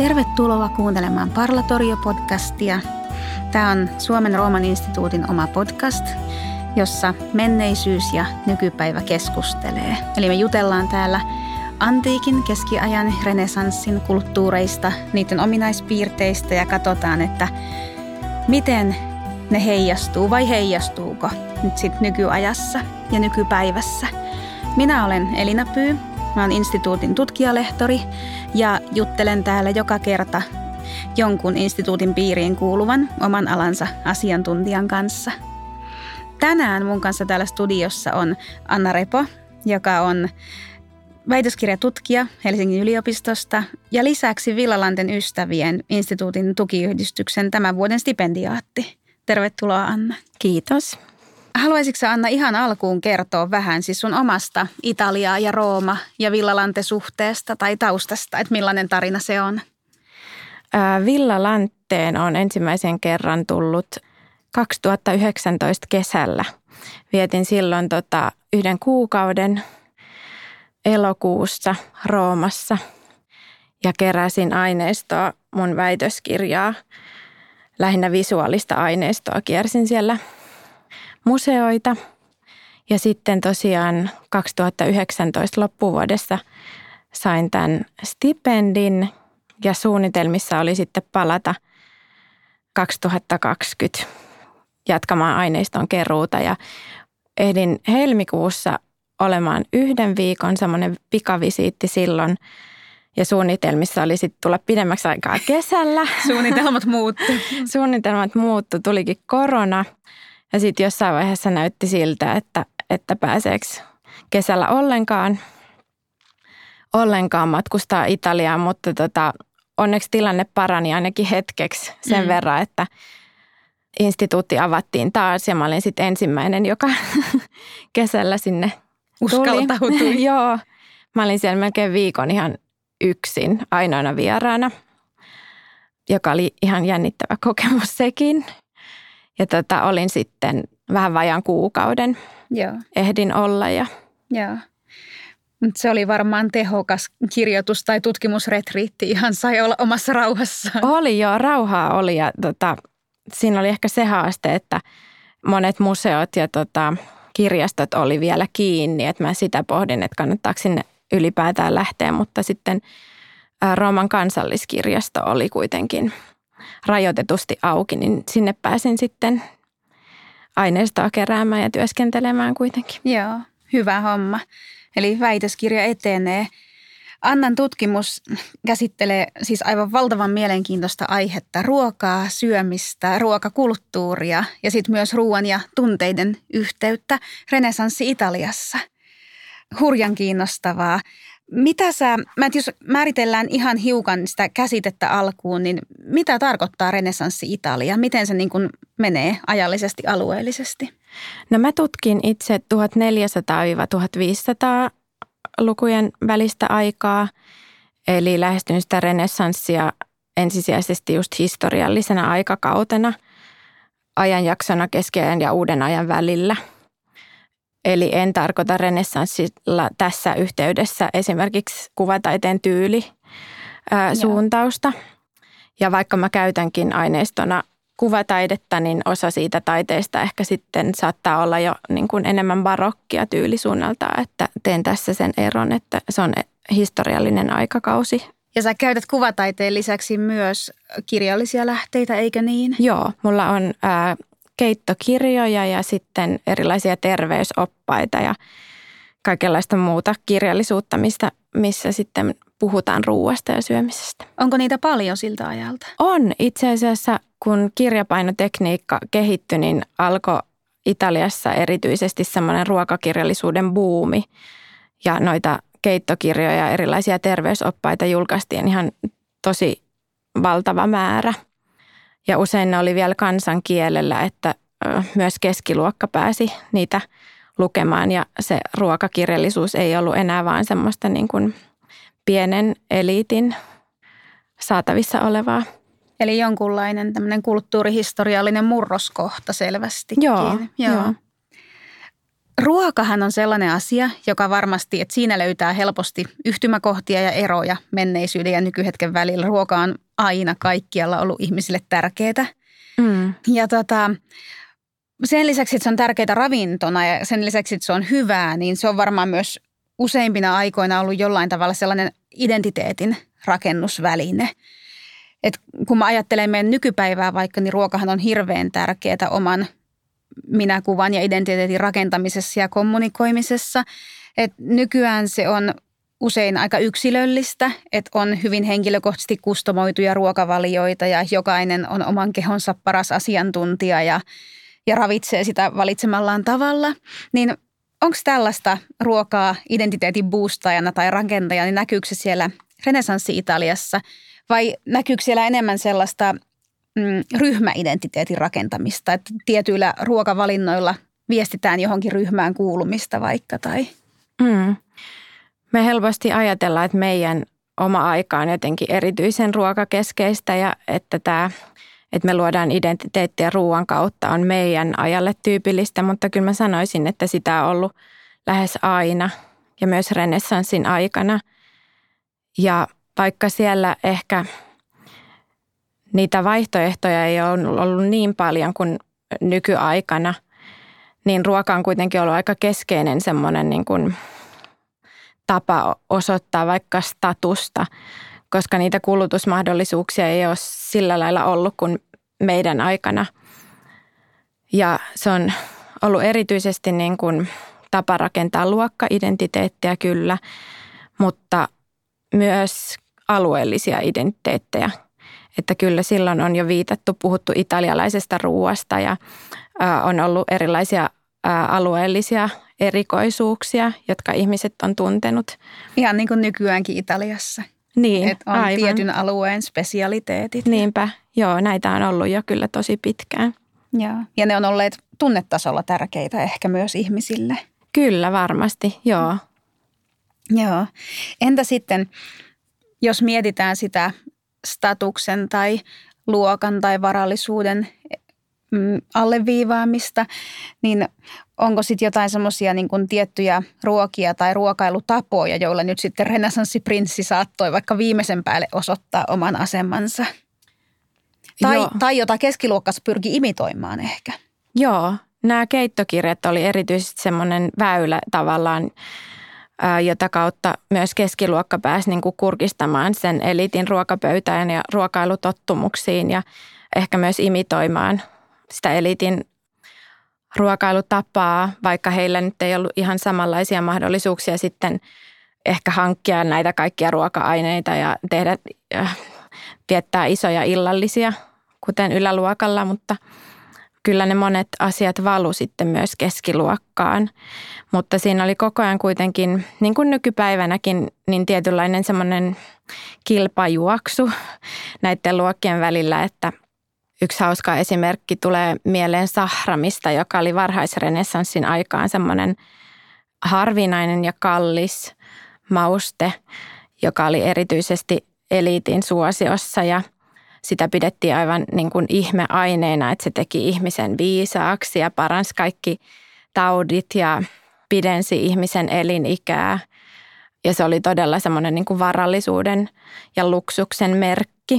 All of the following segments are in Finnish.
Tervetuloa kuuntelemaan Parlatorio-podcastia. Tämä on Suomen Rooman instituutin oma podcast, jossa menneisyys ja nykypäivä keskustelee. Eli me jutellaan täällä antiikin, keskiajan, renessanssin kulttuureista, niiden ominaispiirteistä ja katsotaan, että miten ne heijastuu vai heijastuuko nyt sitten nykyajassa ja nykypäivässä. Minä olen Elina Pyy, mä olen instituutin tutkijalehtori ja juttelen täällä joka kerta jonkun instituutin piiriin kuuluvan oman alansa asiantuntijan kanssa. Tänään mun kanssa täällä studiossa on Anna Repo, joka on väitöskirjatutkija Helsingin yliopistosta ja lisäksi Villalanten ystävien instituutin tukiyhdistyksen tämän vuoden stipendiaatti. Tervetuloa, Anna. Kiitos. Haluaisitko Anna ihan alkuun kertoa vähän siis sun omasta Italia ja Rooma ja Villalante-suhteesta tai taustasta, että millainen tarina se on? Villalanteen on ensimmäisen kerran tullut 2019 kesällä. Vietin silloin 1 kuukauden elokuussa Roomassa ja keräsin aineistoa mun väitöskirjaa. Lähinnä visuaalista aineistoa kiersin siellä museoita. Ja sitten tosiaan 2019 loppuvuodessa sain tämän stipendin ja suunnitelmissa oli sitten palata 2020 jatkamaan aineiston keruuta ja ehdin helmikuussa olemaan 1 viikon semmoinen pikavisiitti silloin ja suunnitelmissa oli sitten tulla pidemmäksi aikaa kesällä. Suunnitelmat muuttu, tulikin korona ja sitten jossain vaiheessa näytti siltä, että pääseekö kesällä ollenkaan matkustaa Italiaan, mutta onneksi tilanne parani ainakin hetkeksi sen verran, että instituutti avattiin taas ja mä olin sitten ensimmäinen, joka kesällä sinne uskaltautui. Joo, mä olin siellä melkein viikon ihan yksin ainoana vieraana, joka oli ihan jännittävä kokemus sekin. Ja olin sitten vähän vajaan kuukauden. Joo. Ehdin olla. Joo. Se oli varmaan tehokas kirjoitus- tai tutkimusretriitti. Ihan sai olla omassa rauhassaan. Oli joo, rauhaa oli. Ja siinä oli ehkä se haaste, että monet museot ja kirjastot oli vielä kiinni. Että mä sitä pohdin, että kannattaako sinne ylipäätään lähteä. Mutta sitten Rooman kansalliskirjasto oli kuitenkin rajoitetusti auki, niin sinne pääsin sitten aineistoa keräämään ja työskentelemään kuitenkin. Joo, hyvä homma. Eli väitöskirja etenee. Annan tutkimus käsittelee siis aivan valtavan mielenkiintoista aihetta, ruokaa, syömistä, ruokakulttuuria ja sitten myös ruoan ja tunteiden yhteyttä renessanssi Italiassa. Hurjan kiinnostavaa. Jos määritellään ihan hiukan sitä käsitettä alkuun, niin mitä tarkoittaa renessanssi Italia? Miten se niin kuin menee ajallisesti, alueellisesti? No mä tutkin itse 1400-1500-lukujen välistä aikaa, eli lähestyn sitä renessanssia ensisijaisesti just historiallisena aikakautena, ajanjaksona keskiajan ja uuden ajan välillä. Eli en tarkoita renessanssilla tässä yhteydessä esimerkiksi kuvataiteen suuntausta. Ja vaikka mä käytänkin aineistona kuvataidetta, niin osa siitä taiteesta ehkä sitten saattaa olla jo niin kuin enemmän barokkia tyylisuunnaltaan, että teen tässä sen eron, että se on historiallinen aikakausi. Ja sä käytät kuvataiteen lisäksi myös kirjallisia lähteitä, eikö niin? Joo, mulla on keittokirjoja ja sitten erilaisia terveysoppaita ja kaikenlaista muuta kirjallisuutta, missä sitten puhutaan ruuasta ja syömisestä. Onko niitä paljon siltä ajalta? On. Itse asiassa kun kirjapainotekniikka kehittyi, niin alkoi Italiassa erityisesti semmoinen ruokakirjallisuuden buumi ja noita keittokirjoja ja erilaisia terveysoppaita julkaistiin ihan tosi valtava määrä. Ja usein ne oli vielä kansankielellä, että myös keskiluokka pääsi niitä lukemaan ja se ruokakirjallisuus ei ollut enää vaan semmoista niin kuin pienen eliitin saatavissa olevaa. Eli jonkunlainen tämmöinen kulttuurihistoriallinen murroskohta selvästikin. Joo. ruokahan on sellainen asia, joka varmasti, että siinä löytää helposti yhtymäkohtia ja eroja menneisyyden ja nykyhetken välillä. Ruoka on aina kaikkialla ollut ihmisille tärkeää. Ja sen lisäksi, että se on tärkeää ravintona ja sen lisäksi, että se on hyvää, niin se on varmaan myös useimpina aikoina ollut jollain tavalla sellainen identiteetin rakennusväline. Et kun mä ajattelen meidän nykypäivää vaikka, niin ruokahan on hirveän tärkeää oman minäkuvan ja identiteetin rakentamisessa ja kommunikoimisessa. Et nykyään se on usein aika yksilöllistä, että on hyvin henkilökohtaisesti kustomoituja ruokavalioita ja jokainen on oman kehonsa paras asiantuntija ja ravitsee sitä valitsemallaan tavalla. Niin onko tällaista ruokaa identiteetin boostajana tai rakentajana, niin näkyykö se siellä renessanssi-Italiassa vai näkyykö siellä enemmän sellaista ryhmäidentiteetin rakentamista, että tietyillä ruokavalinnoilla viestitään johonkin ryhmään kuulumista vaikka tai? Me helposti ajatellaan, että meidän oma aika on jotenkin erityisen ruokakeskeistä ja että me luodaan identiteettiä ruoan kautta on meidän ajalle tyypillistä, mutta kyllä mä sanoisin, että sitä on ollut lähes aina ja myös renessanssin aikana. Ja vaikka siellä ehkä niitä vaihtoehtoja ei ole ollut niin paljon kuin nykyaikana, niin ruoka on kuitenkin ollut aika keskeinen semmoinen niin kuin tapa osoittaa vaikka statusta, koska niitä kulutusmahdollisuuksia ei ole sillä lailla ollut kuin meidän aikana. Ja se on ollut erityisesti niin kuin tapa rakentaa luokka-identiteettiä kyllä, mutta myös alueellisia identiteettejä. Että kyllä silloin on jo puhuttu italialaisesta ruoasta ja on ollut erilaisia alueellisia erikoisuuksia, jotka ihmiset on tuntenut. Ihan niin kuin nykyäänkin Italiassa. Niin, että on aivan. Tietyn alueen spesialiteetit. Niinpä, joo, näitä on ollut jo kyllä tosi pitkään. Joo. Ja ne on olleet tunnetasolla tärkeitä ehkä myös ihmisille. Kyllä, varmasti, joo. Joo. Entä sitten, jos mietitään sitä statuksen tai luokan tai varallisuuden alleviivaamista, niin onko sitten jotain semmoisia niin kuin tiettyjä ruokia tai ruokailutapoja, joilla nyt sitten renessanssiprinssi saattoi vaikka viimeisen päälle osoittaa oman asemansa? Tai jota keskiluokkas pyrki imitoimaan ehkä. Joo, nämä keittokirjat oli erityisesti semmoinen väylä tavallaan, jota kautta myös keskiluokka pääsi niin kuin kurkistamaan sen eliitin ruokapöytään ja ruokailutottumuksiin ja ehkä myös imitoimaan sitä eliitin ruokailutapaa, vaikka heillä nyt ei ollut ihan samanlaisia mahdollisuuksia sitten ehkä hankkia näitä kaikkia ruoka-aineita ja viettää isoja illallisia, kuten yläluokalla, mutta kyllä ne monet asiat valu sitten myös keskiluokkaan. Mutta siinä oli koko ajan kuitenkin, niin kuin nykypäivänäkin, niin tietynlainen semmoinen kilpajuoksu näiden luokkien välillä, että yksi hauska esimerkki tulee mieleen sahramista, joka oli varhaisrenessanssin aikaan semmoinen harvinainen ja kallis mauste, joka oli erityisesti eliitin suosiossa ja sitä pidettiin aivan niin kuin ihmeaineena, että se teki ihmisen viisaaksi ja paransi kaikki taudit ja pidensi ihmisen elinikää. Ja se oli todella semmoinen niin kuin varallisuuden ja luksuksen merkki.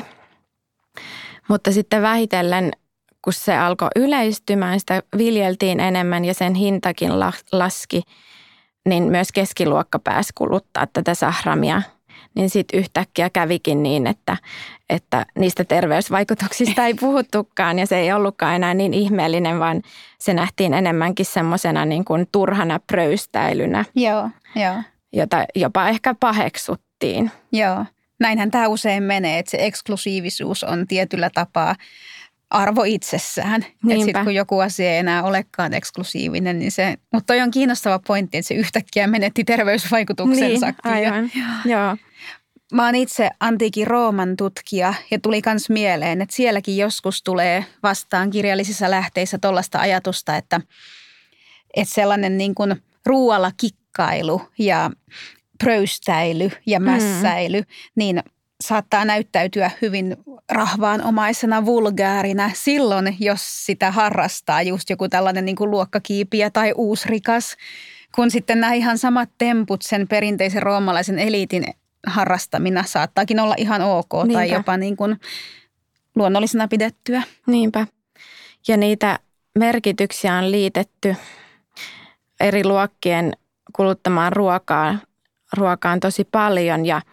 Mutta sitten vähitellen, kun se alkoi yleistymään, sitä viljeltiin enemmän ja sen hintakin laski, niin myös keskiluokka pääsi kuluttaa tätä sahramia. Niin sitten yhtäkkiä kävikin niin, että niistä terveysvaikutuksista ei puhuttukaan ja se ei ollutkaan enää niin ihmeellinen, vaan se nähtiin enemmänkin semmoisena niin kuin turhana pröystäilynä, Joo. jota jopa ehkä paheksuttiin. Joo, näinhän tämä usein menee, että se eksklusiivisuus on tietyllä tapaa arvo itsessään. Että sitten kun joku asia ei enää olekaan eksklusiivinen, niin se, mutta toi on kiinnostava pointti, että se yhtäkkiä menetti terveysvaikutuksensa. Niin, aivan, joo. Mä oon itse antiikin Rooman tutkija ja tuli kans mieleen, että sielläkin joskus tulee vastaan kirjallisissa lähteissä tollaista ajatusta, että sellainen niin kuin ruualla kikkailu ja pröystäily ja mässäily, niin saattaa näyttäytyä hyvin rahvaanomaisena, vulgaarina silloin, jos sitä harrastaa just joku tällainen niin kuin luokkakiipiä tai uusrikas, kun sitten nämä ihan samat temput sen perinteisen roomalaisen eliitin harrastamina saattaakin olla ihan ok tai jopa niin kuin luonnollisena pidettyä. Niinpä. Ja niitä merkityksiä on liitetty eri luokkien kuluttamaan ruokaan tosi paljon ja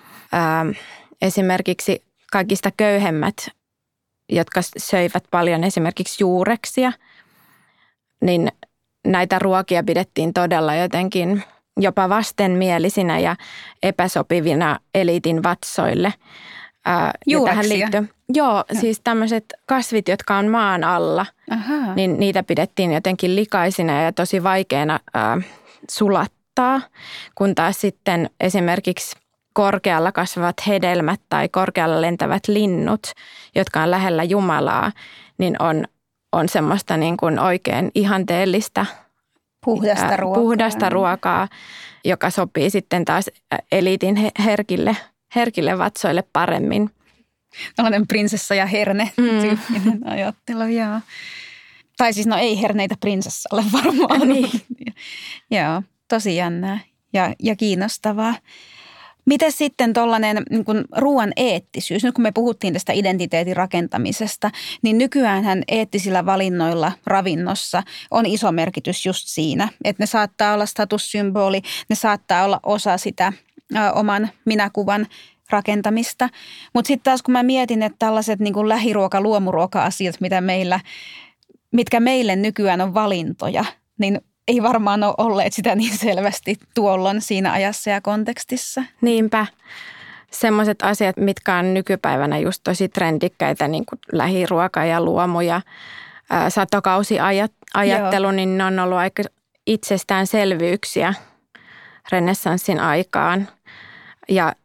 esimerkiksi kaikista köyhemmät, jotka söivät paljon esimerkiksi juureksia, niin näitä ruokia pidettiin todella jotenkin jopa vastenmielisinä ja epäsopivina eliitin vatsoille. Juureksia? Joo, siis tämmöiset kasvit, jotka on maan alla, niin niitä pidettiin jotenkin likaisina ja tosi vaikeana sulattaa, kun taas sitten esimerkiksi korkealla kasvavat hedelmät tai korkealla lentävät linnut, jotka on lähellä Jumalaa, niin on semmoista niin kuin oikein ihanteellista puhdasta ruokaa, joka sopii sitten taas eliitin herkille vatsoille paremmin. Tällainen prinsessa ja herne tyyppinen ajattelu, joo. Tai siis ei herneitä prinsessalle varmaan. Niin. Joo, tosi jännää ja kiinnostavaa. Miten sitten tuollainen niin kuin ruoan eettisyys? Nyt kun me puhuttiin tästä identiteetin rakentamisesta, niin nykyäänhän eettisillä valinnoilla ravinnossa on iso merkitys just siinä, että ne saattaa olla statussymboli, ne saattaa olla osa sitä oman minäkuvan rakentamista. Mutta sitten taas kun mä mietin, että tällaiset niin kuin lähiruoka, luomuruoka-asiat, mitkä meille nykyään on valintoja, niin ei varmaan ole olleet sitä niin selvästi tuolloin siinä ajassa ja kontekstissa. Niinpä. Semmoiset asiat, mitkä on nykypäivänä just tosi trendikkäitä, niin kuin lähiruoka ja luomu ja satokausiajattelu, niin ne on ollut aika itsestäänselvyyksiä renessanssin aikaan. Ja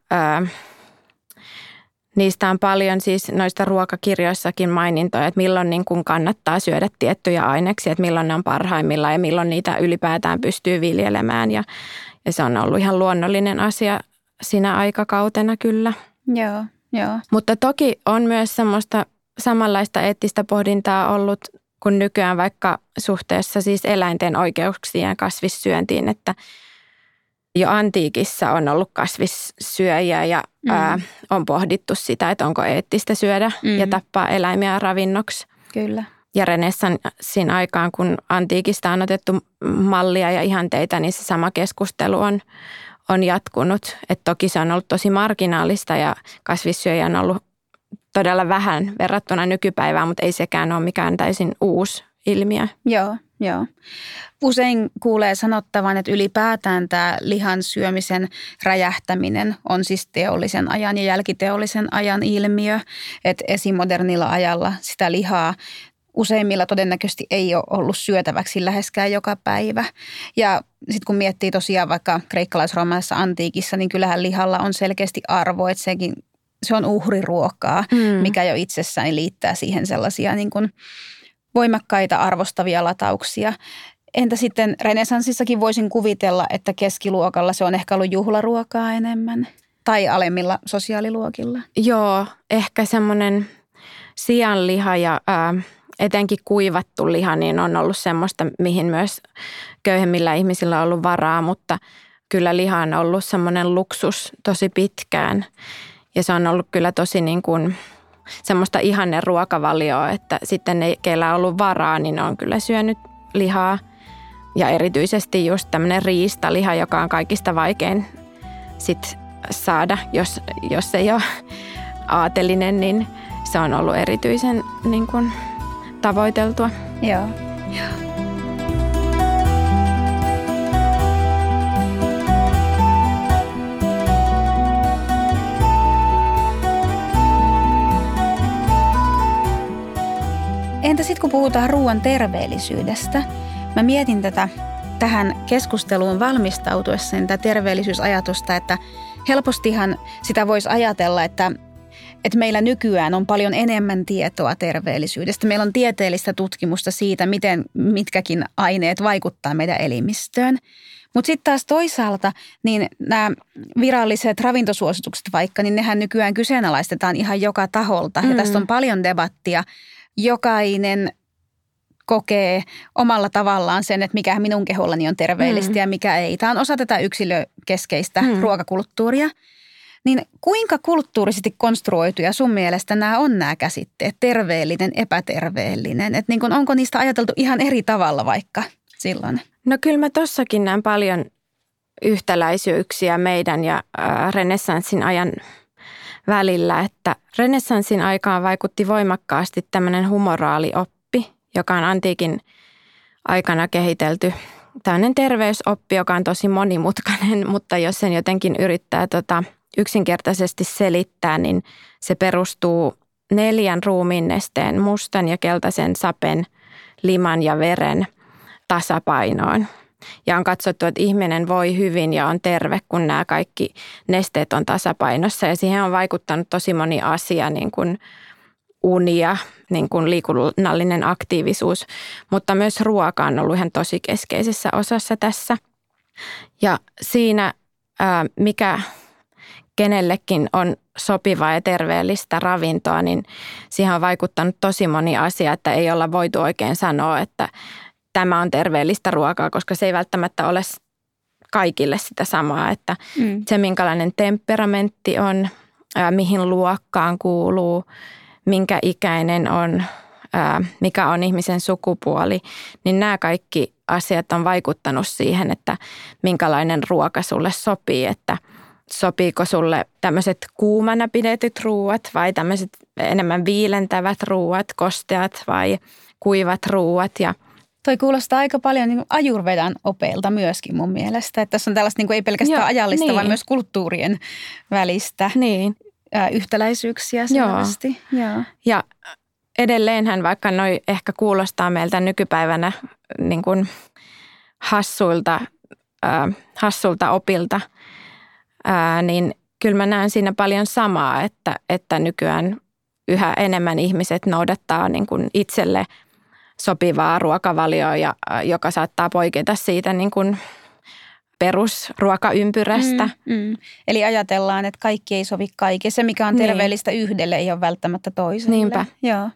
niistä on paljon siis noista ruokakirjoissakin mainintoja, että milloin niin kuin kannattaa syödä tiettyjä aineksia, että milloin ne on parhaimmillaan ja milloin niitä ylipäätään pystyy viljelemään. Ja se on ollut ihan luonnollinen asia siinä aikakautena kyllä. Joo. Mutta toki on myös semmoista samanlaista eettistä pohdintaa ollut kuin nykyään vaikka suhteessa siis eläinten oikeuksiin ja kasvissyöntiin, että jo antiikissa on ollut kasvissyöjiä ja on pohdittu sitä, että onko eettistä syödä ja tappaa eläimiä ravinnoksi. Kyllä. Ja renessanssin aikaan, kun antiikista on otettu mallia ja ihanteita, niin se sama keskustelu on jatkunut. Et toki se on ollut tosi marginaalista ja kasvissyöjä on ollut todella vähän verrattuna nykypäivään, mutta ei sekään ole mikään täysin uusi ilmiö. Joo. Usein kuulee sanottavan, että ylipäätään tämä lihan syömisen räjähtäminen on siis teollisen ajan ja jälkiteollisen ajan ilmiö. Että esimodernilla ajalla sitä lihaa useimmilla todennäköisesti ei ole ollut syötäväksi läheskään joka päivä. Ja sitten kun miettii tosiaan vaikka kreikkalaisroomalaisessa antiikissa, niin kyllähän lihalla on selkeästi arvo, että se on uhriruokaa, mikä jo itsessään liittää siihen sellaisia niin kuin voimakkaita arvostavia latauksia. Entä sitten renessanssissakin voisin kuvitella, että keskiluokalla se on ehkä ollut juhlaruokaa enemmän tai alemmilla sosiaaliluokilla? Joo, ehkä semmoinen sianliha ja etenkin kuivattu liha niin on ollut semmoista, mihin myös köyhemmillä ihmisillä on ollut varaa, mutta kyllä liha on ollut semmoinen luksus tosi pitkään ja se on ollut kyllä tosi niin kuin semmoista ihanne ruokavalioa, että sitten ne, keillä on ollut varaa, niin on kyllä syönyt lihaa. Ja erityisesti just tämmöinen riistaliha, joka on kaikista vaikein sit saada, jos ei ole aatelinen, niin se on ollut erityisen niin kuin tavoiteltua. Joo. Entä sitten kun puhutaan ruoan terveellisyydestä? Mä mietin tähän keskusteluun valmistautuessani tätä terveellisyysajatusta, että helpostihan sitä voisi ajatella, että että meillä nykyään on paljon enemmän tietoa terveellisyydestä. Meillä on tieteellistä tutkimusta siitä, miten mitkäkin aineet vaikuttaa meidän elimistöön. Mutta sitten taas toisaalta, niin nämä viralliset ravintosuositukset vaikka, niin nehän nykyään kyseenalaistetaan ihan joka taholta. Ja tästä on paljon debattia. Jokainen kokee omalla tavallaan sen, että mikä minun kehollani on terveellistä ja mikä ei. Tämä on osa tätä yksilökeskeistä ruokakulttuuria. Niin kuinka kulttuurisesti konstruoituja sun mielestä nämä käsitteet, terveellinen, epäterveellinen? Että niin kun, onko niistä ajateltu ihan eri tavalla vaikka silloin? No kyllä mä tossakin näen paljon yhtäläisyyksiä meidän ja renessanssin ajan välillä, että renessanssin aikaan vaikutti voimakkaasti tämmöinen humoraalioppi, joka on antiikin aikana kehitelty. Tämmöinen terveysoppi, joka on tosi monimutkainen, mutta jos sen jotenkin yrittää yksinkertaisesti selittää, niin se perustuu 4 ruumiinnesteen, mustan ja keltaisen sapen, liman ja veren tasapainoon. Ja on katsottu, että ihminen voi hyvin ja on terve, kun nämä kaikki nesteet on tasapainossa. Ja siihen on vaikuttanut tosi moni asia, niin kuin uni ja niin kuin liikunnallinen aktiivisuus. Mutta myös ruoka on ollut ihan tosi keskeisessä osassa tässä. Ja siinä, mikä kenellekin on sopivaa ja terveellistä ravintoa, niin siihen on vaikuttanut tosi moni asia, että ei olla voitu oikein sanoa, että tämä on terveellistä ruokaa, koska se ei välttämättä ole kaikille sitä samaa, että se minkälainen temperamentti on, mihin luokkaan kuuluu, minkä ikäinen on, mikä on ihmisen sukupuoli, niin nämä kaikki asiat on vaikuttanut siihen, että minkälainen ruoka sulle sopii, että sopiiko sulle tämmöiset kuumana pidetyt ruuat vai tämmöiset enemmän viilentävät ruuat, kosteat vai kuivat ruuat. Ja toi kuulostaa aika paljon niin Ayurvedan opeilta myöskin mun mielestä. Että tässä on tällaista niin ei pelkästään ajallista, vaan myös kulttuurien välistä yhtäläisyyksiä selvästi. Joo. Ja edelleenhän, vaikka noi ehkä kuulostaa meiltä nykypäivänä niin kuin hassulta opilta, niin kyllä mä näen siinä paljon samaa, että nykyään yhä enemmän ihmiset noudattaa niin kuin itselle sopivaa ruokavalioa, joka saattaa poiketa siitä niin kuin perusruokaympyrästä. Eli ajatellaan, että kaikki ei sovi kaikille. Se, mikä on terveellistä yhdelle, ei ole välttämättä toiselle. Niinpä. Joo.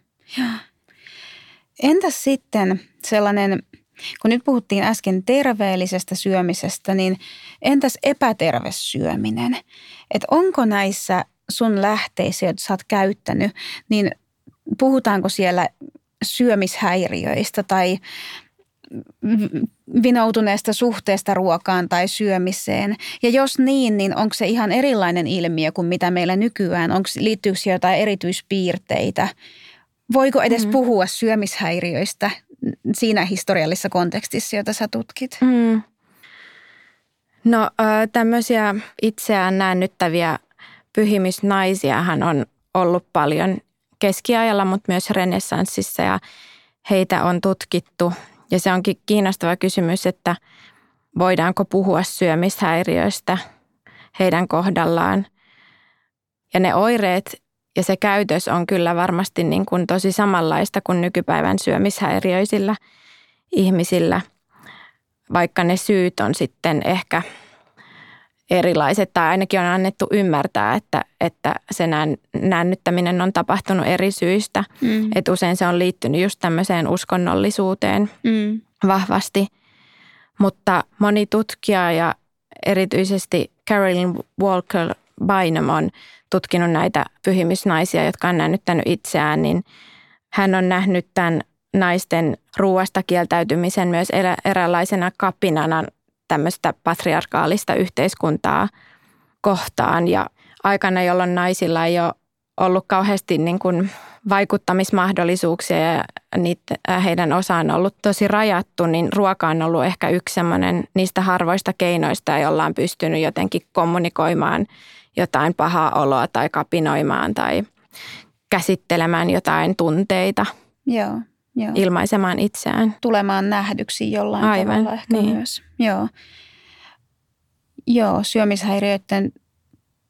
Entäs sitten sellainen, kun nyt puhuttiin äsken terveellisestä syömisestä, niin entäs epäterve syöminen? Että onko näissä sun lähteissä, joita sä oot käyttänyt, niin puhutaanko siellä syömishäiriöistä tai vinoutuneesta suhteesta ruokaan tai syömiseen? Ja jos niin onko se ihan erilainen ilmiö kuin mitä meillä nykyään? Liittyykö siihen jotain erityispiirteitä? Voiko edes puhua syömishäiriöistä siinä historiallisessa kontekstissa, jota sä tutkit? No tämmöisiä itseään näännyttäviä pyhimysnaisiahan on ollut paljon keskiajalla, mutta myös renessanssissa ja heitä on tutkittu. Ja se onkin kiinnostava kysymys, että voidaanko puhua syömishäiriöistä heidän kohdallaan. Ja ne oireet ja se käytös on kyllä varmasti niin kuin tosi samanlaista kuin nykypäivän syömishäiriöisillä ihmisillä, vaikka ne syyt on sitten ehkä erilaiset tai ainakin on annettu ymmärtää, että se näännyttäminen on tapahtunut eri syistä. Että usein se on liittynyt just tämmöiseen uskonnollisuuteen vahvasti, mutta moni tutkija ja erityisesti Carolyn Walker Bynum on tutkinut näitä pyhimysnaisia, jotka on näännyttänyt itseään, niin hän on nähnyt tämän naisten ruoasta kieltäytymisen myös eräänlaisena kapinana tämmöistä patriarkaalista yhteiskuntaa kohtaan ja aikana, jolloin naisilla ei ole ollut kauheasti niin kuin vaikuttamismahdollisuuksia ja heidän osa on ollut tosi rajattu, niin ruoka on ollut ehkä yksi semmoinen niistä harvoista keinoista, jolla on pystynyt jotenkin kommunikoimaan jotain pahaa oloa tai kapinoimaan tai käsittelemään jotain tunteita. Joo. Ilmaisemaan itseään. Tulemaan nähdyksi jollain tavalla ehkä myös. Joo, syömishäiriöiden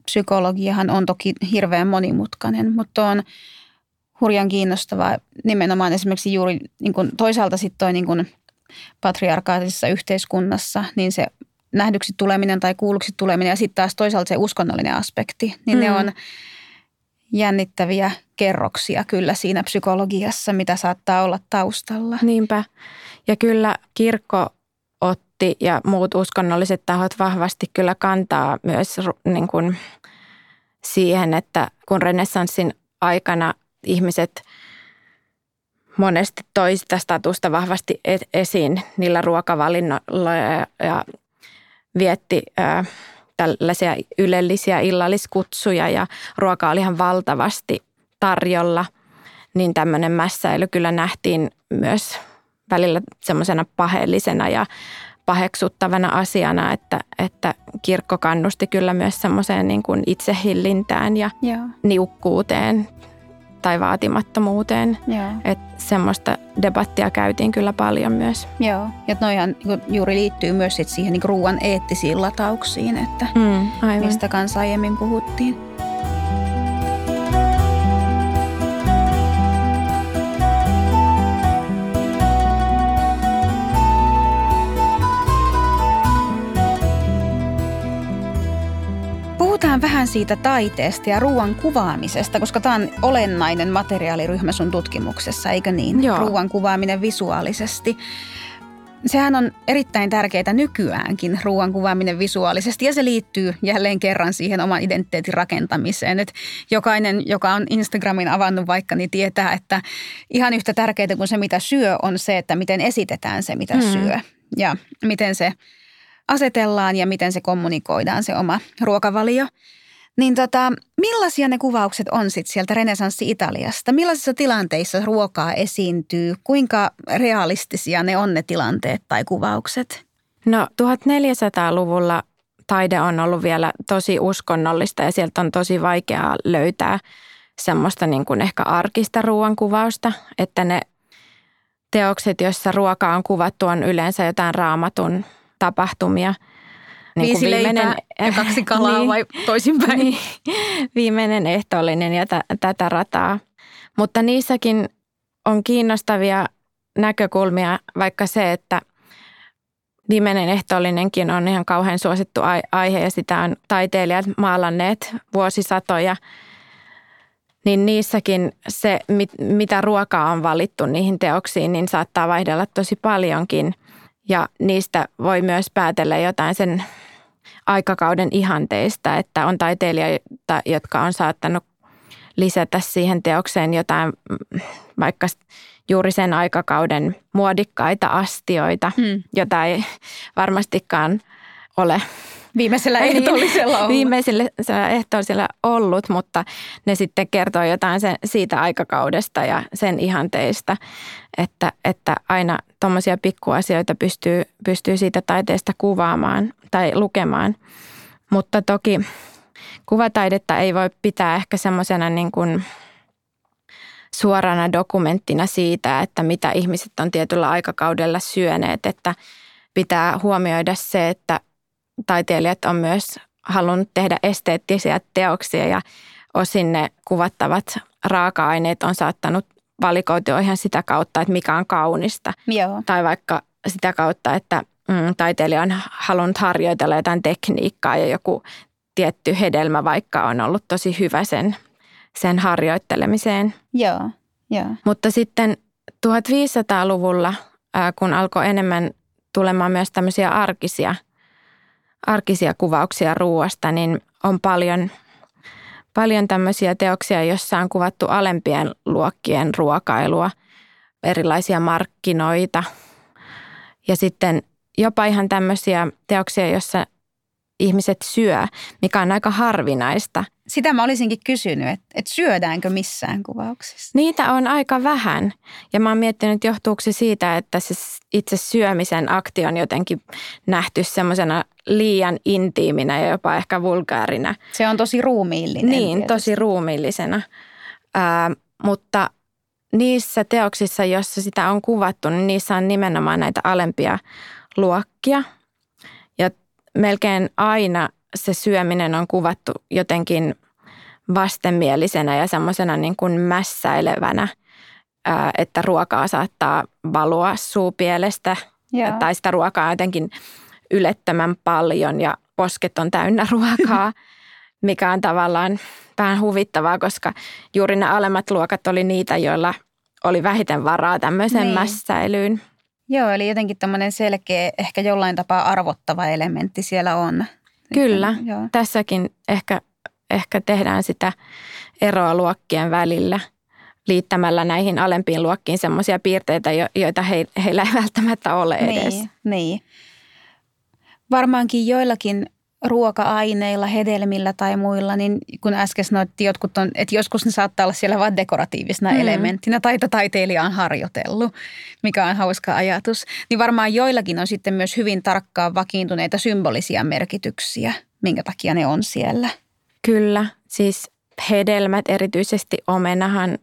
psykologiahan on toki hirveän monimutkainen, mutta on hurjan kiinnostavaa nimenomaan esimerkiksi juuri niin kuin toisaalta sitten toi niin kuin patriarkaalisessa yhteiskunnassa, niin se nähdyksi tuleminen tai kuulluksi tuleminen ja sitten taas toisaalta se uskonnollinen aspekti, niin ne on jännittäviä kerroksia kyllä siinä psykologiassa, mitä saattaa olla taustalla. Niinpä. Ja kyllä kirkko otti ja muut uskonnolliset tahot vahvasti kyllä kantaa myös niin kuin siihen, että kun renessanssin aikana ihmiset monesti toi sitä statusta vahvasti esiin niillä ruokavalinnoilla ja vietti tällaisia ylellisiä illalliskutsuja ja ruokaa oli ihan valtavasti tarjolla, niin tämmöinen mässäily kyllä nähtiin myös välillä semmoisena paheellisena ja paheksuttavana asiana, että kirkko kannusti kyllä myös semmoiseen niin kuin itsehillintään ja niukkuuteen tai vaatimattomuuteen. Että semmoista debattia käytiin kyllä paljon myös. Joo, ja noihan juuri liittyy myös sit siihen niin ruoan eettisiin latauksiin, että mistä kanssa aiemmin puhuttiin. Puhutaan vähän siitä taiteesta ja ruoan kuvaamisesta, koska tämä on olennainen materiaaliryhmä sun tutkimuksessa, eikö niin? Joo. Ruoan kuvaaminen visuaalisesti. Sehän on erittäin tärkeää nykyäänkin, ruoan kuvaaminen visuaalisesti, ja se liittyy jälleen kerran siihen oman identiteetin rakentamiseen. Et jokainen, joka on Instagramin avannut vaikka, niin tietää, että ihan yhtä tärkeää kuin se, mitä syö, on se, että miten esitetään se, mitä syö, ja miten se asetellaan ja miten se kommunikoidaan, se oma ruokavalio. Niin millaisia ne kuvaukset on sitten sieltä renessanssi-Italiasta? Millaisissa tilanteissa ruokaa esiintyy? Kuinka realistisia ne on ne tilanteet tai kuvaukset? No 1400-luvulla taide on ollut vielä tosi uskonnollista ja sieltä on tosi vaikeaa löytää semmoista niin kuin ehkä arkista ruoankuvausta, että ne teokset, joissa ruoka on kuvattu, on yleensä jotain Raamatun tapahtumia. Niin 5 leipää ja 2 kalaa niin, vai toisinpäin? Niin, viimeinen ehtoollinen ja tätä rataa. Mutta niissäkin on kiinnostavia näkökulmia, vaikka se, että viimeinen ehtoollinenkin on ihan kauhean suosittu aihe ja sitä on taiteilijat maalanneet vuosisatoja. Niin niissäkin se, mitä ruokaa on valittu niihin teoksiin, niin saattaa vaihdella tosi paljonkin. Ja niistä voi myös päätellä jotain sen aikakauden ihanteista, että on taiteilijoita, jotka on saattanut lisätä siihen teokseen jotain vaikka juuri sen aikakauden muodikkaita astioita, jota ei varmastikaan ole viimeisellä ehtoollisella ollut. Viimeisellä ehtoollisella ollut, mutta ne sitten kertoo jotain siitä aikakaudesta ja sen ihanteista, että aina tuommoisia pikkuasioita pystyy siitä taiteesta kuvaamaan tai lukemaan. Mutta toki kuvataidetta ei voi pitää ehkä semmoisena niin kuin suorana dokumenttina siitä, että mitä ihmiset on tietyllä aikakaudella syöneet, että pitää huomioida se, että taiteilijat on myös halunnut tehdä esteettisiä teoksia ja osin ne kuvattavat raaka-aineet on saattanut valikoitua ihan sitä kautta, että mikä on kaunista. Joo. Tai vaikka sitä kautta, että taiteilija on halunnut harjoitella jotain tekniikkaa ja joku tietty hedelmä vaikka on ollut tosi hyvä sen harjoittelemiseen. Joo. Mutta sitten 1500-luvulla, kun alkoi enemmän tulemaan myös tämmöisiä arkisia kuvauksia ruoasta, niin on paljon tämmöisiä teoksia, joissa on kuvattu alempien luokkien ruokailua, erilaisia markkinoita ja sitten jopa ihan tämmöisiä teoksia, joissa ihmiset syö, mikä on aika harvinaista. Sitä mä olisinkin kysynyt, että syödäänkö missään kuvauksissa? Niitä on aika vähän ja mä oon miettinyt, johtuuko se siitä, että se itse syömisen akti on jotenkin nähty semmoisena liian intiiminä ja jopa ehkä vulgaarina. Se on tosi ruumiillinen. Niin, tietysti. tosi ruumiillisena. Mutta niissä teoksissa, joissa sitä on kuvattu, niin niissä on nimenomaan näitä alempia luokkia. Ja melkein aina se syöminen on kuvattu jotenkin vastenmielisenä ja semmoisena niin kuin mässäilevänä, että ruokaa saattaa valua suupielestä tai sitä ruokaa on jotenkin ylettömän paljon ja posket on täynnä ruokaa, mikä on tavallaan vähän huvittavaa, koska juuri ne alemmat luokat oli niitä, joilla oli vähiten varaa tämmöiseen mässäilyyn. Joo, eli jotenkin tämmöinen selkeä, ehkä jollain tapaa arvottava elementti siellä on. Kyllä, tässäkin ehkä tehdään sitä eroa luokkien välillä liittämällä näihin alempiin luokkiin semmoisia piirteitä, joita heillä ei välttämättä ole edes. Niin. Varmaankin joillakin ruoka-aineilla, hedelmillä tai muilla, niin kun äsken sanoit, että joskus ne saattaa olla siellä vain dekoratiivisena elementtinä tai taiteilija on harjoitellut, mikä on hauska ajatus, niin varmaan joillakin on sitten myös hyvin tarkkaan vakiintuneita symbolisia merkityksiä, minkä takia ne on siellä. Kyllä, siis hedelmät, erityisesti omenahan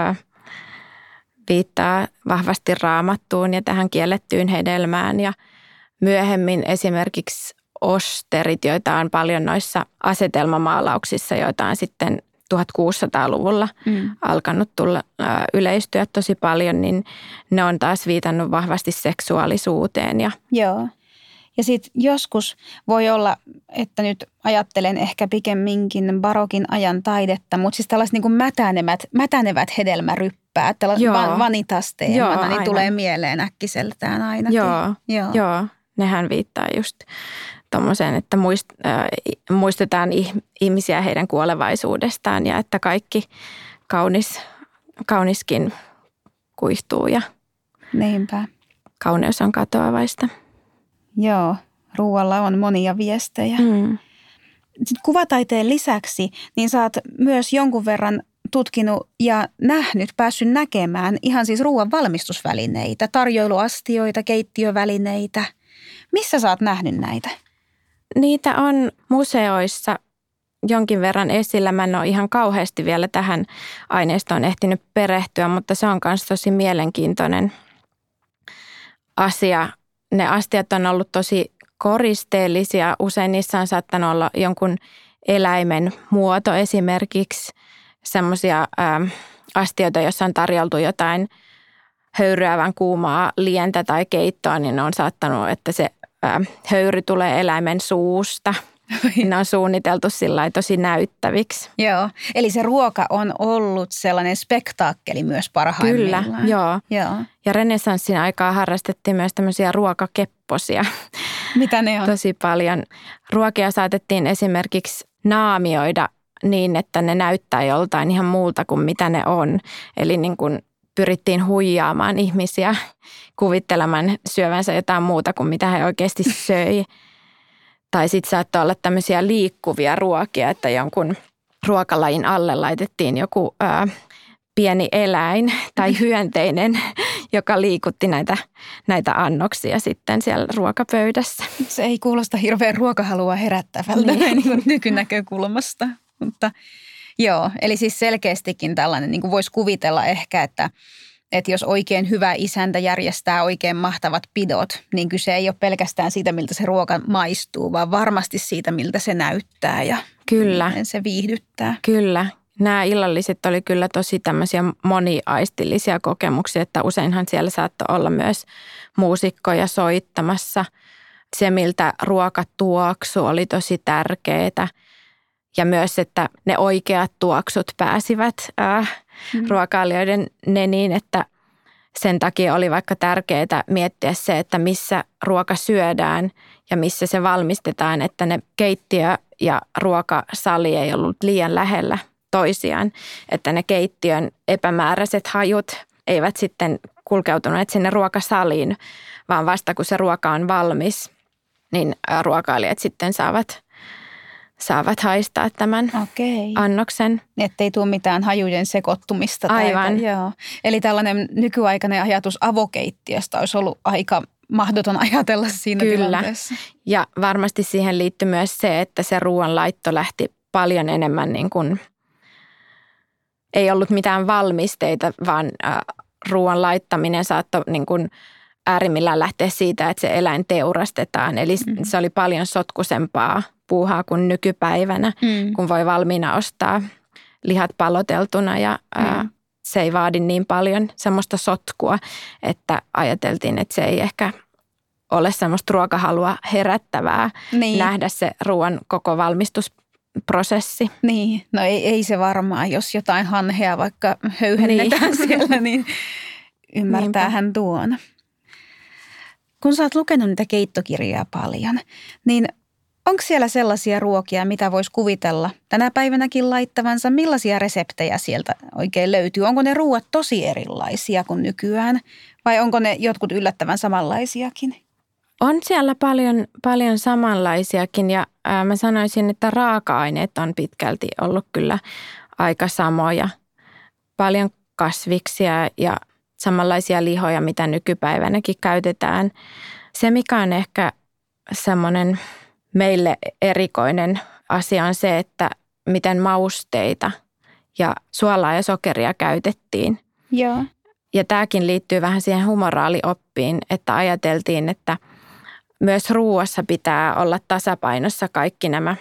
viittaa vahvasti Raamattuun ja tähän kiellettyyn hedelmään ja myöhemmin esimerkiksi osterit, joita on paljon noissa asetelmamaalauksissa, joita on sitten 1600-luvulla alkanut tulla yleistyä tosi paljon, niin ne on taas viitannut vahvasti seksuaalisuuteen. Joo. Ja sitten joskus voi olla, että nyt ajattelen ehkä pikemminkin barokin ajan taidetta, mutta siis tällaiset niin kuin mätänevät hedelmäryppäät, tällaiset vanitasteemana, niin tulee mieleen äkkiseltään ainakin. Joo. Nehän viittaa just tommoseen, että muistetaan ihmisiä heidän kuolevaisuudestaan ja että kaikki kauniskin kuihtuu ja niinpä. Kauneus on katoavaista. Joo, ruualla on monia viestejä. Sitten kuvataiteen lisäksi, niin sä oot myös jonkun verran tutkinut ja päässyt näkemään ihan siis ruuan valmistusvälineitä, tarjoiluastioita, keittiövälineitä. Missä sä oot nähnyt näitä? Niitä on museoissa jonkin verran esillä. Mä en ole ihan kauheasti vielä tähän aineistoon ehtinyt perehtyä, mutta se on myös tosi mielenkiintoinen asia. Ne astiat on ollut tosi koristeellisia. Usein niissä on saattanut olla jonkun eläimen muoto esimerkiksi. Semmoisia astioita, joissa on tarjoltu jotain höyryävän kuumaa lientä tai keittoa, niin ne on saattanut, että se höyry tulee eläimen suusta. Ne on suunniteltu sillä tosi näyttäviksi. Joo, eli se ruoka on ollut sellainen spektaakkeli myös parhaimmillaan. Kyllä, joo. Ja renessanssin aikaa harrastettiin myös tämmöisiä ruokakepposia. Mitä ne on? Tosi paljon. Ruokia saatettiin esimerkiksi naamioida niin, että ne näyttää joltain ihan muulta kuin mitä ne on. Eli niin kuin pyrittiin huijaamaan ihmisiä kuvittelemaan syövänsä jotain muuta kuin mitä he oikeasti söi. Tai sitten saattoi olla tämmöisiä liikkuvia ruokia, että jonkun ruokalajin alle laitettiin joku pieni eläin tai hyönteinen, joka liikutti näitä annoksia sitten siellä ruokapöydässä. Se ei kuulosta hirveän ruokahalua herättävältä niin kuin nykynäkökulmasta. Mutta joo, eli siis selkeästikin tällainen, niin kuin voisi kuvitella ehkä, että jos oikein hyvä isäntä järjestää oikein mahtavat pidot, niin kyse ei ole pelkästään siitä, miltä se ruoka maistuu, vaan varmasti siitä, miltä se näyttää ja miten se viihdyttää. Kyllä. Nämä illalliset oli kyllä tosi tämmöisiä moniaistillisia kokemuksia, että useinhan siellä saattoi olla myös muusikkoja soittamassa. Se, miltä ruoka tuoksui, oli tosi tärkeää. Ja myös, että ne oikeat tuoksut pääsivät ruokailijoiden neniin, että sen takia oli vaikka tärkeää miettiä se, että missä ruoka syödään ja missä se valmistetaan, että ne keittiö ja ruokasali ei ollut liian lähellä toisiaan, että ne keittiön epämääräiset hajut eivät sitten kulkeutuneet sinne ruokasaliin, vaan vasta kun se ruoka on valmis, niin ruokailijat sitten saavat haistaa tämän annoksen. Ettei tule mitään hajujen sekoittumista. Aivan. Joo. Eli tällainen nykyaikainen ajatus avokeittiöstä olisi ollut aika mahdoton ajatella siinä tilanteessa. Ja varmasti siihen liittyy myös se, että se ruoanlaitto lähti paljon enemmän niin kuin, ei ollut mitään valmisteita, vaan ruoan laittaminen saattoi niin kuin äärimmillään lähteä siitä, että se eläin teurastetaan. Eli se oli paljon sotkusempaa puuhaa kuin nykypäivänä, kun voi valmiina ostaa lihat paloteltuna ja se ei vaadi niin paljon semmoista sotkua, että ajateltiin, että se ei ehkä ole semmoista ruokahalua herättävää nähdä se ruoan koko valmistusprosessi. Niin, no ei se varmaan, jos jotain hanhea vaikka höyhennetään siellä, niin ymmärtäähän tuon. Kun sä oot lukenut niitä keittokirjoja paljon, niin onko siellä sellaisia ruokia, mitä voisi kuvitella tänä päivänäkin laittavansa? Millaisia reseptejä sieltä oikein löytyy? Onko ne ruoat tosi erilaisia kuin nykyään vai onko ne jotkut yllättävän samanlaisiakin? On siellä paljon samanlaisiakin ja mä sanoisin, että raaka-aineet on pitkälti ollut kyllä aika samoja. Paljon kasviksia ja samanlaisia lihoja, mitä nykypäivänäkin käytetään. Se, mikä on ehkä semmoinen meille erikoinen asia on se, että miten mausteita ja suolaa ja sokeria käytettiin. Joo. Ja tämäkin liittyy vähän siihen humoraalioppiin, että ajateltiin, että myös ruuassa pitää olla tasapainossa kaikki nämä,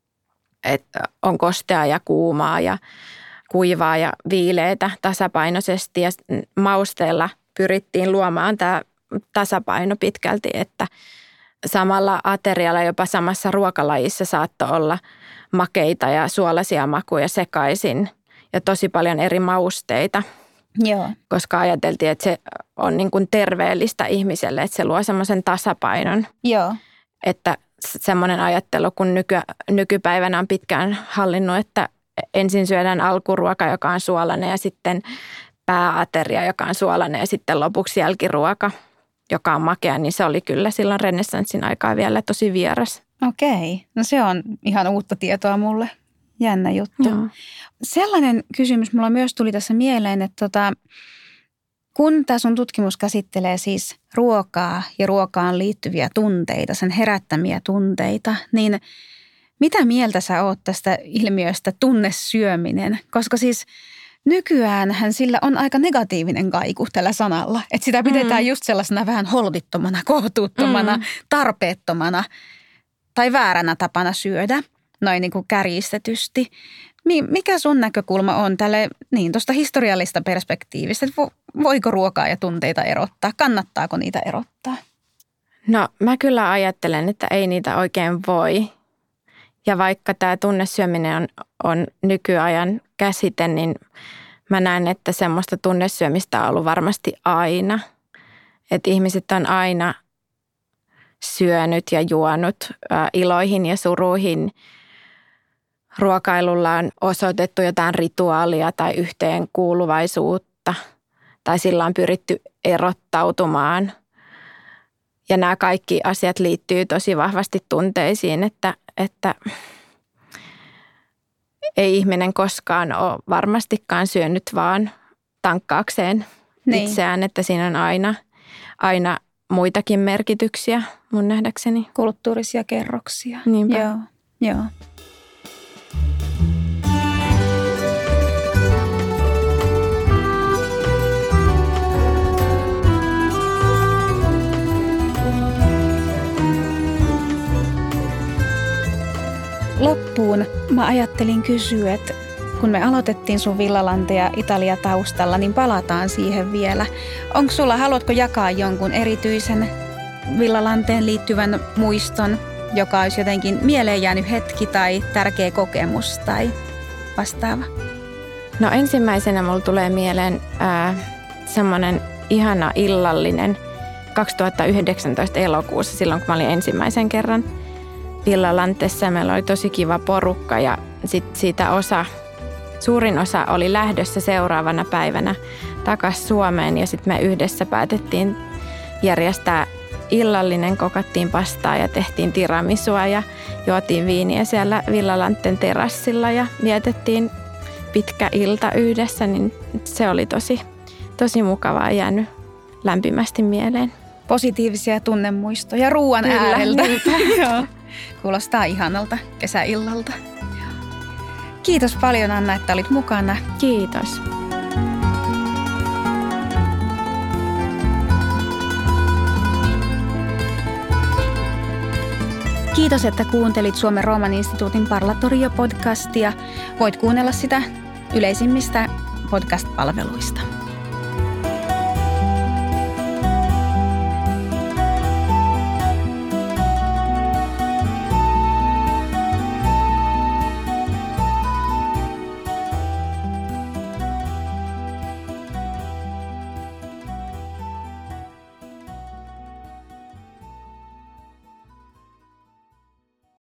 että on kosteaa ja kuumaa ja kuivaa ja viileitä tasapainoisesti. Ja mausteilla pyrittiin luomaan tämä tasapaino pitkälti, että samalla aterialla jopa samassa ruokalajissa saattoi olla makeita ja suolaisia makuja sekaisin ja tosi paljon eri mausteita. Joo. Koska ajateltiin, että se on niin kuin terveellistä ihmiselle, että se luo semmoisen tasapainon. Joo. Että semmoinen ajattelu, kun nykypäivänä on pitkään hallinnut, että ensin syödään alkuruoka, joka on suolainen ja sitten pääateria, joka on suolainen ja sitten lopuksi jälkiruoka, joka on makea, niin se oli kyllä silloin renessanssin aikaa vielä tosi vieras. Okei, no se on ihan uutta tietoa mulle. Jännä juttu. Joo. Sellainen kysymys mulla myös tuli tässä mieleen, että kun tämä sun tutkimus käsittelee siis ruokaa ja ruokaan liittyviä tunteita, sen herättämiä tunteita, niin mitä mieltä sä oot tästä ilmiöstä tunnesyöminen? Koska siis nykyäänhän sillä on aika negatiivinen kaiku tällä sanalla, että sitä pidetään just sellaisena vähän holtittomana, kohtuuttomana, tarpeettomana tai vääränä tapana syödä. Noin niin kuin kärjistetysti. Mikä sun näkökulma on tälle tuosta historiallista perspektiivistä? Voiko ruokaa ja tunteita erottaa? Kannattaako niitä erottaa? No mä kyllä ajattelen, että ei niitä oikein voi. Ja vaikka tämä tunnesyöminen on nykyajan käsite, niin mä näen, että semmoista tunnesyömistä on ollut varmasti aina. Että ihmiset on aina syönyt ja juonut iloihin ja suruihin. Ruokailulla on osoitettu jotain rituaalia tai yhteenkuuluvaisuutta tai sillä on pyritty erottautumaan. Ja nämä kaikki asiat liittyy tosi vahvasti tunteisiin, että ei ihminen koskaan ole varmastikaan syönyt vaan tankkaakseen itseään, että siinä on aina muitakin merkityksiä mun nähdäkseni. Kulttuurisia kerroksia. Niinpä. Joo. Loppuun mä ajattelin kysyä, että kun me aloitettiin sun Villalantea Italia taustalla, niin palataan siihen vielä. Haluatko jakaa jonkun erityisen Villalanteen liittyvän muiston, joka olisi jotenkin mieleen jäänyt hetki tai tärkeä kokemus tai vastaava? No ensimmäisenä mulla tulee mieleen semmoinen ihana illallinen 2019 elokuussa, silloin kun mä olin ensimmäisen kerran Villalantessa. Meillä oli tosi kiva porukka ja sitten siitä suurin osa oli lähdössä seuraavana päivänä takaisin Suomeen ja sitten me yhdessä päätettiin järjestää illallinen, kokattiin pastaa ja tehtiin tiramisua ja juotiin viiniä siellä Villalanten terassilla ja vietettiin pitkä ilta yhdessä, niin se oli tosi mukavaa jäänyt lämpimästi mieleen. Positiivisia tunnemuistoja ruoan ääreltä. Joo. Kuulostaa ihanalta kesäillalta. Kiitos paljon Anna, että olit mukana. Kiitos. Kiitos, että kuuntelit Suomen Rooman instituutin Parlatorio-podcastia. Voit kuunnella sitä yleisimmistä podcast-palveluista.